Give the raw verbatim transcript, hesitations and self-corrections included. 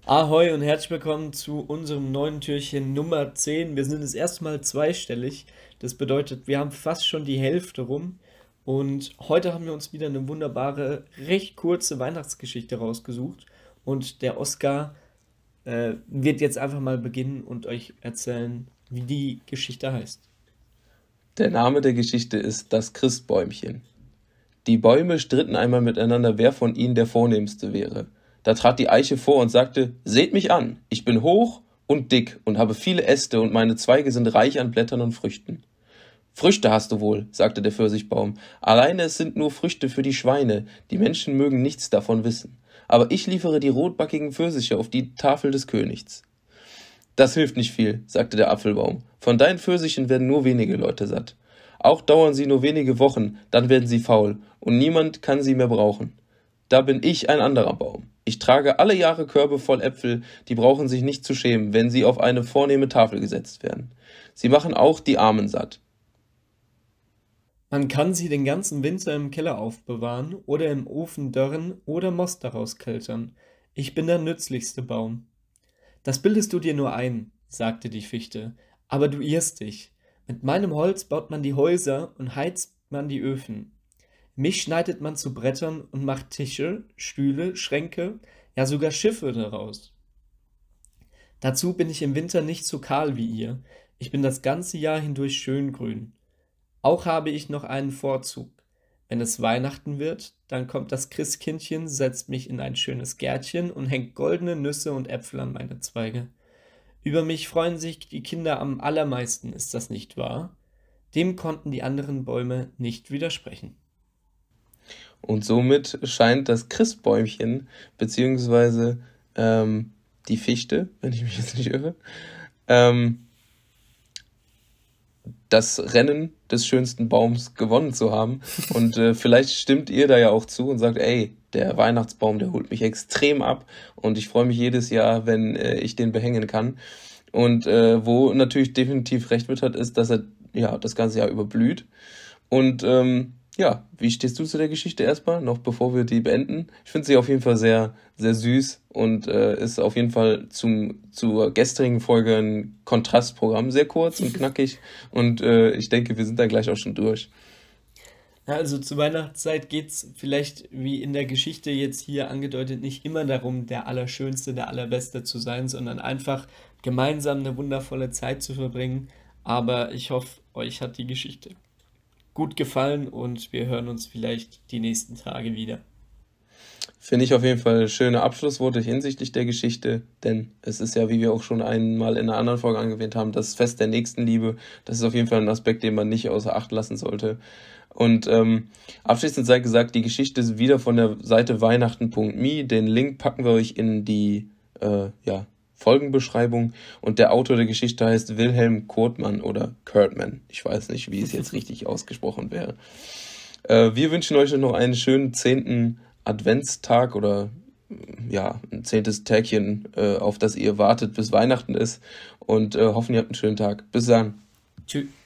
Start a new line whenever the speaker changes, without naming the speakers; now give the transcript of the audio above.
Ahoi und herzlich willkommen zu unserem neuen Türchen Nummer zehn. Wir sind das erste Mal zweistellig. Das bedeutet, wir haben fast schon die Hälfte rum. Und heute haben wir uns wieder eine wunderbare, recht kurze Weihnachtsgeschichte rausgesucht. Und der Oskar äh, wird jetzt einfach mal beginnen und euch erzählen, wie die Geschichte heißt.
Der Name der Geschichte ist Das Christbäumchen. Die Bäume stritten einmal miteinander, wer von ihnen der Vornehmste wäre. Da trat die Eiche vor und sagte: Seht mich an, ich bin hoch und dick und habe viele Äste und meine Zweige sind reich an Blättern und Früchten. Früchte hast du wohl, sagte der Pfirsichbaum, alleine es sind nur Früchte für die Schweine, die Menschen mögen nichts davon wissen. Aber ich liefere die rotbackigen Pfirsiche auf die Tafel des Königs. Das hilft nicht viel, sagte der Apfelbaum. Von deinen Pfirsichen werden nur wenige Leute satt. Auch dauern sie nur wenige Wochen, dann werden sie faul, und niemand kann sie mehr brauchen. Da bin ich ein anderer Baum. Ich trage alle Jahre Körbe voll Äpfel, die brauchen sich nicht zu schämen, wenn sie auf eine vornehme Tafel gesetzt werden. Sie machen auch die Armen satt.
Man kann sie den ganzen Winter im Keller aufbewahren oder im Ofen dörren oder Most daraus keltern. Ich bin der nützlichste Baum. Das bildest du dir nur ein, sagte die Fichte, aber du irrst dich. Mit meinem Holz baut man die Häuser und heizt man die Öfen. Mich schneidet man zu Brettern und macht Tische, Stühle, Schränke, ja sogar Schiffe daraus. Dazu bin ich im Winter nicht so kahl wie ihr. Ich bin das ganze Jahr hindurch schön grün. Auch habe ich noch einen Vorzug. Wenn es Weihnachten wird, dann kommt das Christkindchen, setzt mich in ein schönes Gärtchen und hängt goldene Nüsse und Äpfel an meine Zweige. Über mich freuen sich die Kinder am allermeisten, ist das nicht wahr? Dem konnten die anderen Bäume nicht widersprechen.
Und somit scheint das Christbäumchen, beziehungsweise ähm, die Fichte, wenn ich mich jetzt nicht irre, ähm, das Rennen des schönsten Baums gewonnen zu haben. Und äh, vielleicht stimmt ihr da ja auch zu und sagt: Ey, der Weihnachtsbaum, der holt mich extrem ab und ich freue mich jedes Jahr, wenn äh, ich den behängen kann. Und äh, wo natürlich definitiv recht mit hat, ist, dass er ja das ganze Jahr über blüht. Und ähm, ja, wie stehst du zu der Geschichte erstmal, noch bevor wir die beenden? Ich finde sie auf jeden Fall sehr, sehr süß und äh, ist auf jeden Fall zum, zur gestrigen Folge ein Kontrastprogramm, sehr kurz und knackig. Und äh, ich denke, wir sind da gleich auch schon durch.
Ja, also zur Weihnachtszeit geht es vielleicht, wie in der Geschichte jetzt hier angedeutet, nicht immer darum, der Allerschönste, der Allerbeste zu sein, sondern einfach gemeinsam eine wundervolle Zeit zu verbringen. Aber ich hoffe, euch hat die Geschichte gut gefallen und wir hören uns vielleicht die nächsten Tage wieder.
Finde ich auf jeden Fall schöne Abschlussworte hinsichtlich der Geschichte, denn es ist ja, wie wir auch schon einmal in einer anderen Folge angewähnt haben, das Fest der Nächstenliebe. Das ist auf jeden Fall ein Aspekt, den man nicht außer Acht lassen sollte. Und ähm, abschließend sei gesagt, die Geschichte ist wieder von der Seite weihnachten punkt me. Den Link packen wir euch in die äh, ja, Folgenbeschreibung. Und der Autor der Geschichte heißt Wilhelm Kurtmann oder Kurtman. Ich weiß nicht, wie es jetzt richtig ausgesprochen wäre. Äh, wir wünschen euch noch einen schönen zehnten Adventstag oder ja, ein zehntes Tägchen, äh, auf das ihr wartet, bis Weihnachten ist und äh, hoffen, ihr habt einen schönen Tag. Bis dann.
Tschüss.